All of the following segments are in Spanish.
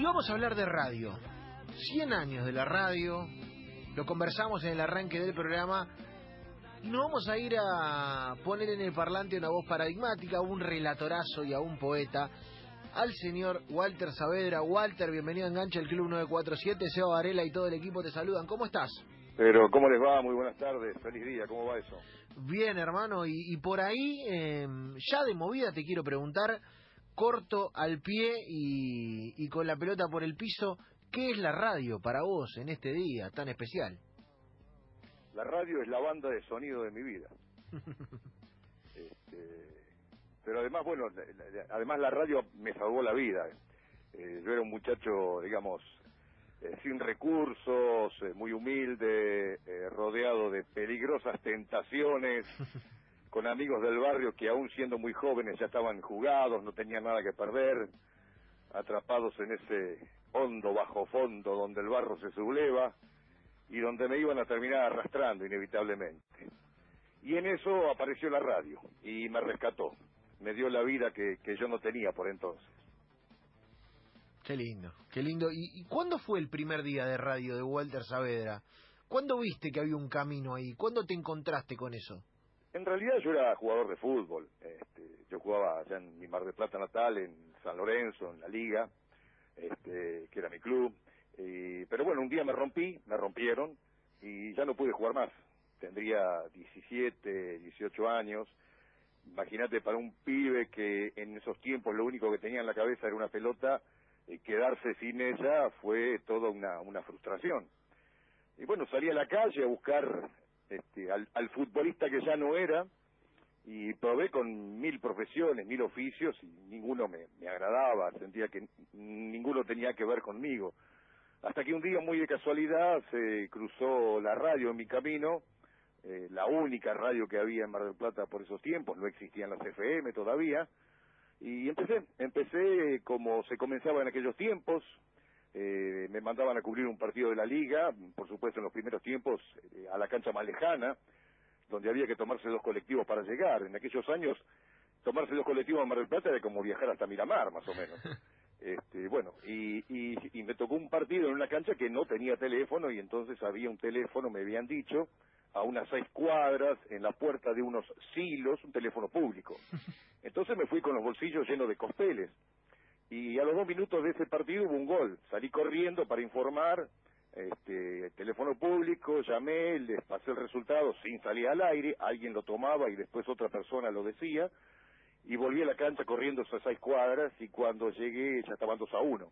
vamos a hablar de radio. 100 años de la radio, lo conversamos en el arranque del programa, y nos vamos a ir a poner en el parlante una voz paradigmática, a un relatorazo y a un poeta, al señor Walter Saavedra. Walter, bienvenido a Enganche, el Club 947, Seba Varela y todo el equipo te saludan. ¿Cómo estás? Pero, ¿cómo les va? Muy buenas tardes, feliz día, ¿cómo va eso? Bien, hermano, y por ahí, ya de movida te quiero preguntar, corto al pie y con la pelota por el piso, ¿qué es la radio para vos en este día tan especial? La radio es la banda de sonido de mi vida. Pero además, bueno, además la radio me salvó la vida. Yo era un muchacho, digamos, sin recursos, muy humilde, rodeado de peligrosas tentaciones, con amigos del barrio que aún siendo muy jóvenes ya estaban jugados, no tenían nada que perder, atrapados en ese hondo bajo fondo donde el barro se subleva y donde me iban a terminar arrastrando inevitablemente. Y en eso apareció la radio y me rescató, me dio la vida que yo no tenía por entonces. Qué lindo, qué lindo. ¿Y cuándo fue el primer día de radio de Walter Saavedra? ¿Cuándo viste que había un camino ahí? ¿Cuándo te encontraste con eso? En realidad yo era jugador de fútbol. Yo jugaba allá en mi Mar del Plata natal, en San Lorenzo, en la Liga, que era mi club. Pero bueno, un día me rompieron y ya no pude jugar más. Tendría 17, 18 años. Imagínate, para un pibe que en esos tiempos lo único que tenía en la cabeza era una pelota, quedarse sin ella fue toda una frustración. Y bueno, salí a la calle a buscar al futbolista que ya no era, y probé con 1000 profesiones, 1000 oficios, y ninguno me agradaba, sentía que ninguno tenía que ver conmigo. Hasta que un día, muy de casualidad, se cruzó la radio en mi camino, la única radio que había en Mar del Plata por esos tiempos, no existían las FM todavía, y empecé como se comenzaba en aquellos tiempos. Me mandaban a cubrir un partido de la Liga, por supuesto en los primeros tiempos, a la cancha más lejana, donde había que tomarse 2 colectivos para llegar. En aquellos años, tomarse 2 colectivos a Mar del Plata era como viajar hasta Miramar, más o menos. Bueno, y me tocó un partido en una cancha que no tenía teléfono, y entonces había un teléfono, me habían dicho, a unas 6 cuadras, en la puerta de unos silos, un teléfono público. Entonces me fui con los bolsillos llenos de costeles. Y a los 2 minutos de ese partido hubo un gol. Salí corriendo para informar, teléfono público, llamé, les pasé el resultado sin salir al aire, alguien lo tomaba y después otra persona lo decía, y volví a la cancha corriendo esas 6 cuadras, y cuando llegué ya estaban 2-1.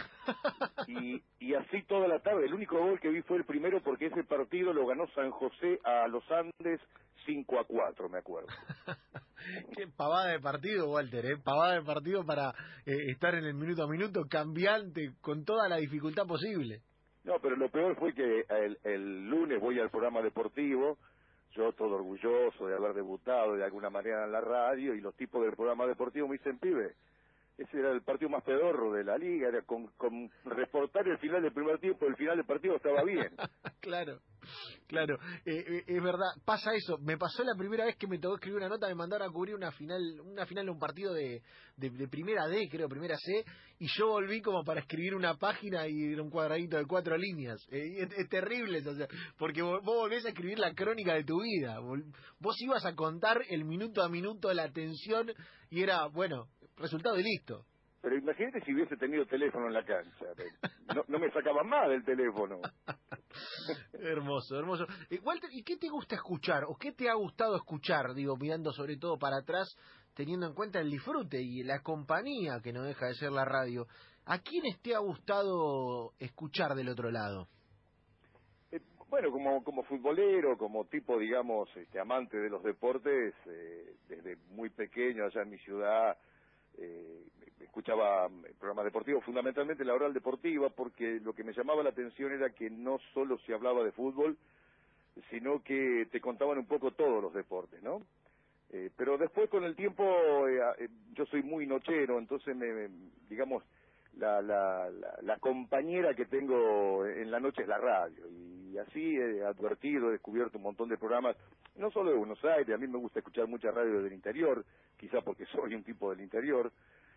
Y así toda la tarde. El único gol que vi fue el primero, porque ese partido lo ganó San José a los Andes 5-4, me acuerdo. Qué pavada de partido, Walter, pavada de partido para estar en el minuto a minuto, cambiante, con toda la dificultad posible. No, pero lo peor fue que el lunes voy al programa deportivo, yo todo orgulloso de haber debutado de alguna manera en la radio, y los tipos del programa deportivo me dicen: pibe, ese era el partido más pedorro de la liga, era con reportar el final del primer tiempo, el final del partido estaba bien. Claro, es verdad, pasa eso. Me pasó la primera vez que me tocó escribir una nota, me mandaron a cubrir una final de un partido de primera D, creo, primera C, y yo volví como para escribir una página y era un cuadradito de 4 líneas. Es terrible eso, o sea, porque vos volvés a escribir la crónica de tu vida, vos ibas a contar el minuto a minuto, la tensión, y era, bueno, resultado y listo. Pero imagínate si hubiese tenido teléfono en la cancha, no me sacaban más del teléfono. Hermoso. Walter, ¿y qué te gusta escuchar? ¿O qué te ha gustado escuchar? Digo, mirando sobre todo para atrás, teniendo en cuenta el disfrute y la compañía que no deja de ser la radio. ¿A quiénes te ha gustado escuchar del otro lado? Bueno, como futbolero, como tipo, digamos, amante de los deportes, desde muy pequeño allá en mi ciudad, escuchaba programas deportivos, fundamentalmente la Oral Deportiva, porque lo que me llamaba la atención era que no solo se hablaba de fútbol, sino que te contaban un poco todos los deportes, ¿no? Pero después, con el tiempo, yo soy muy nochero, entonces digamos, la compañera que tengo en la noche es la radio, y así he advertido, he descubierto un montón de programas, no solo de Buenos Aires. A mí me gusta escuchar mucha radio del interior, quizá porque soy un tipo del interior,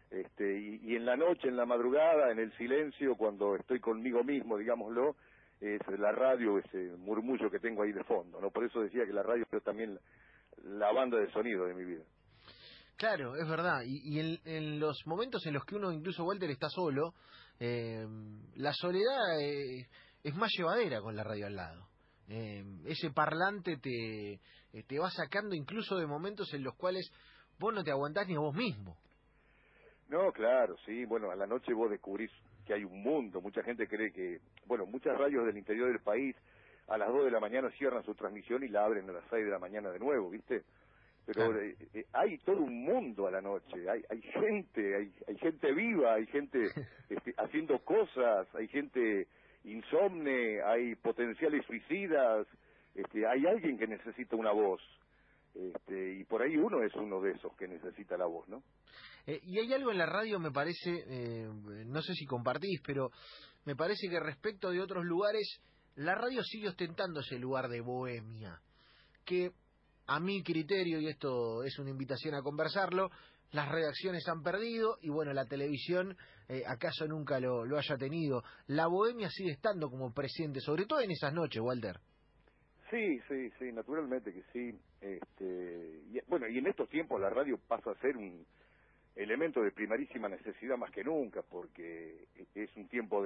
Y en la noche, en la madrugada, en el silencio, cuando estoy conmigo mismo, digámoslo, es la radio, ese murmullo que tengo ahí de fondo, ¿no? Por eso decía que la radio es también la banda de sonido de mi vida. Claro, es verdad. Y en los momentos en los que uno, incluso Walter, está solo, la soledad es más llevadera con la radio al lado. Ese parlante te va sacando incluso de momentos en los cuales vos no te aguantás ni a vos mismo. No, claro, sí, bueno, a la noche vos descubrís que hay un mundo, mucha gente cree que, bueno, muchas radios del interior del país a las 2 de la mañana cierran su transmisión y la abren a las 6 de la mañana de nuevo, ¿viste? Pero Claro. hay todo un mundo a la noche, hay gente viva, hay gente haciendo cosas, hay gente insomne, hay potenciales suicidas, hay alguien que necesita una voz, y por ahí uno es uno de esos que necesita la voz, ¿no? Y hay algo en la radio, me parece, no sé si compartís, pero me parece que respecto de otros lugares, la radio sigue ostentando ese lugar de bohemia, que a mi criterio, y esto es una invitación a conversarlo, las redacciones han perdido y bueno, la televisión acaso nunca lo haya tenido. La bohemia sigue estando como presente, sobre todo en esas noches, Walter. Sí, sí, sí, naturalmente que sí. Bueno, y en estos tiempos la radio pasa a ser un elemento de primarísima necesidad más que nunca, porque es un tiempo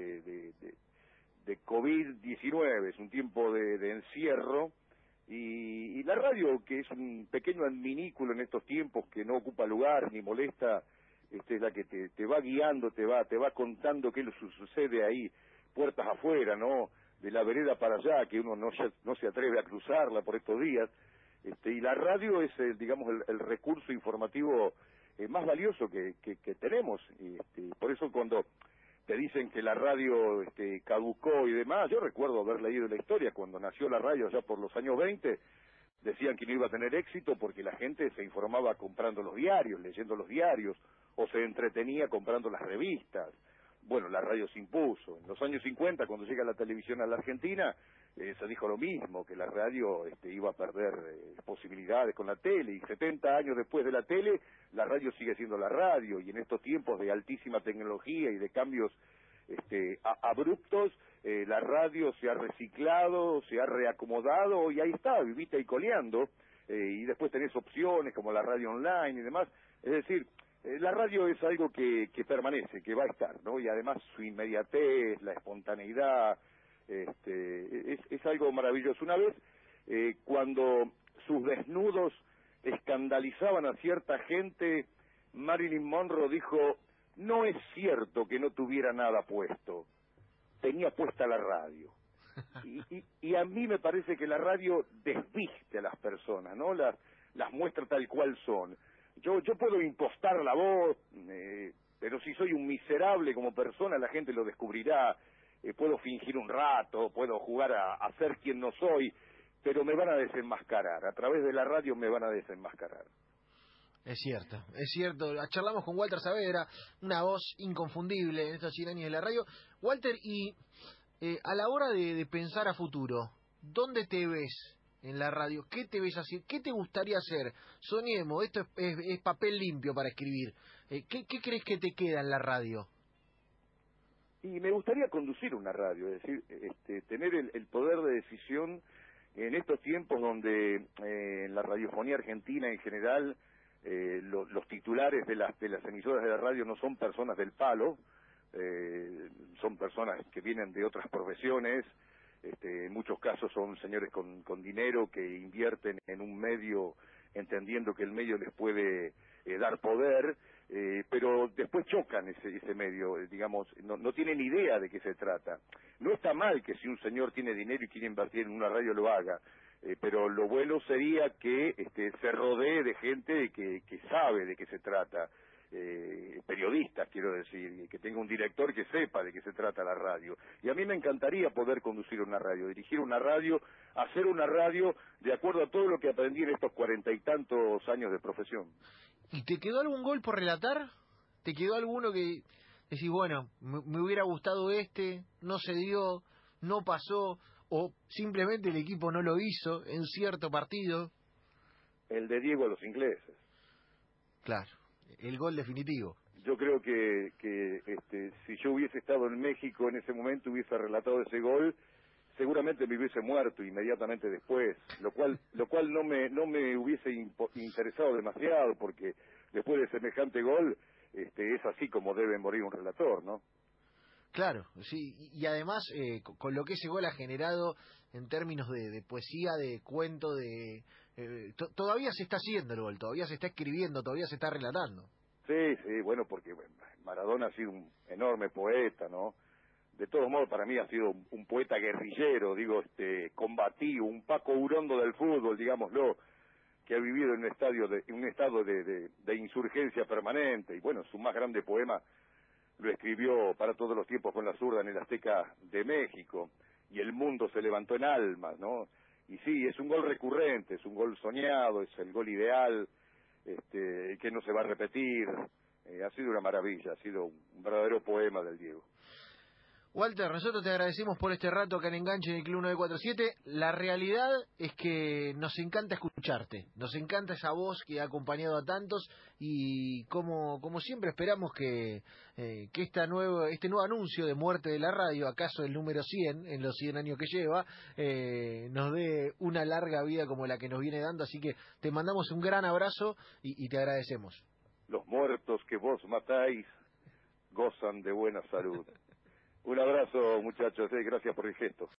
de COVID-19, es un tiempo de encierro, y la radio, que es un pequeño adminículo en estos tiempos que no ocupa lugar ni molesta, es la que te va guiando, te va contando qué sucede ahí, puertas afuera, ¿no? De la vereda para allá, que uno no se atreve a cruzarla por estos días, y la radio es, digamos, el recurso informativo más valioso que tenemos, y por eso cuando te dicen que la radio caducó y demás, yo recuerdo haber leído la historia, cuando nació la radio allá por los años 20, decían que no iba a tener éxito porque la gente se informaba comprando los diarios, leyendo los diarios, o se entretenía comprando las revistas. Bueno, la radio se impuso. En los años 50, cuando llega la televisión a la Argentina, se dijo lo mismo, que la radio iba a perder posibilidades con la tele, y 70 años después de la tele, la radio sigue siendo la radio, y en estos tiempos de altísima tecnología y de cambios abruptos, la radio se ha reciclado, se ha reacomodado, y ahí está, vivita y coleando, y después tenés opciones como la radio online y demás. Es decir, la radio es algo que permanece, que va a estar, ¿no? Y además su inmediatez, la espontaneidad, es algo maravilloso. Una vez, cuando sus desnudos escandalizaban a cierta gente, Marilyn Monroe dijo: no es cierto que no tuviera nada puesto, tenía puesta la radio. Y a mí me parece que la radio desviste a las personas, ¿no? Las muestra tal cual son. Yo puedo impostar la voz, pero si soy un miserable como persona, la gente lo descubrirá. Puedo fingir un rato, puedo jugar a ser quien no soy, pero me van a desenmascarar. A través de la radio me van a desenmascarar. Es cierto. Charlamos con Walter Saavedra, una voz inconfundible en estos 100 años de la radio. Walter, y a la hora de pensar a futuro, ¿dónde te ves en la radio? ¿Qué te ves así? ¿Qué te gustaría hacer? Soñemos, esto es papel limpio para escribir. ¿Qué crees que te queda en la radio? Y me gustaría conducir una radio, es decir, tener el poder de decisión en estos tiempos donde en la radiofonía argentina en general los titulares de las emisoras de la radio no son personas del palo, son personas que vienen de otras profesiones, en muchos casos son señores con dinero que invierten en un medio entendiendo que el medio les puede dar poder, pero después chocan ese medio, digamos, no tienen idea de qué se trata. No está mal que si un señor tiene dinero y quiere invertir en una radio lo haga, pero lo bueno sería que se rodee de gente que sabe de qué se trata, periodistas, quiero decir, que tenga un director que sepa de qué se trata la radio. Y a mí me encantaría poder conducir una radio, dirigir una radio, hacer una radio de acuerdo a todo lo que aprendí en estos 40 y tantos años de profesión. ¿Y te quedó algún gol por relatar? ¿Te quedó alguno que decís, bueno, me hubiera gustado no se dio, no pasó, o simplemente el equipo no lo hizo en cierto partido? El de Diego a los ingleses. Claro, el gol definitivo. Yo creo que si yo hubiese estado en México en ese momento, hubiese relatado ese gol, seguramente me hubiese muerto inmediatamente después, lo cual no me hubiese interesado demasiado, porque después de semejante gol es así como debe morir un relator, ¿no? Claro, sí, y además con lo que ese gol ha generado en términos de poesía, de cuento, todavía se está haciendo el gol, todavía se está escribiendo, todavía se está relatando. Sí, sí, bueno, porque Maradona ha sido un enorme poeta, ¿no? De todos modos, para mí ha sido un poeta guerrillero, digo, combativo, un Paco Urondo del fútbol, digámoslo, que ha vivido en un estado de insurgencia permanente. Y bueno, su más grande poema lo escribió para todos los tiempos con la zurda en el Azteca de México, y el mundo se levantó en almas, ¿no? Y sí, es un gol recurrente, es un gol soñado, es el gol ideal, que no se va a repetir. Ha sido una maravilla, ha sido un verdadero poema del Diego. Walter, nosotros te agradecemos por este rato acá en Enganche en el Club 947. La realidad es que nos encanta escucharte, nos encanta esa voz que ha acompañado a tantos y como siempre esperamos que este nuevo anuncio de muerte de la radio, acaso el número 100 en los 100 años que lleva, nos dé una larga vida como la que nos viene dando. Así que te mandamos un gran abrazo y te agradecemos. Los muertos que vos matáis gozan de buena salud. Un abrazo, muchachos, gracias por el gesto.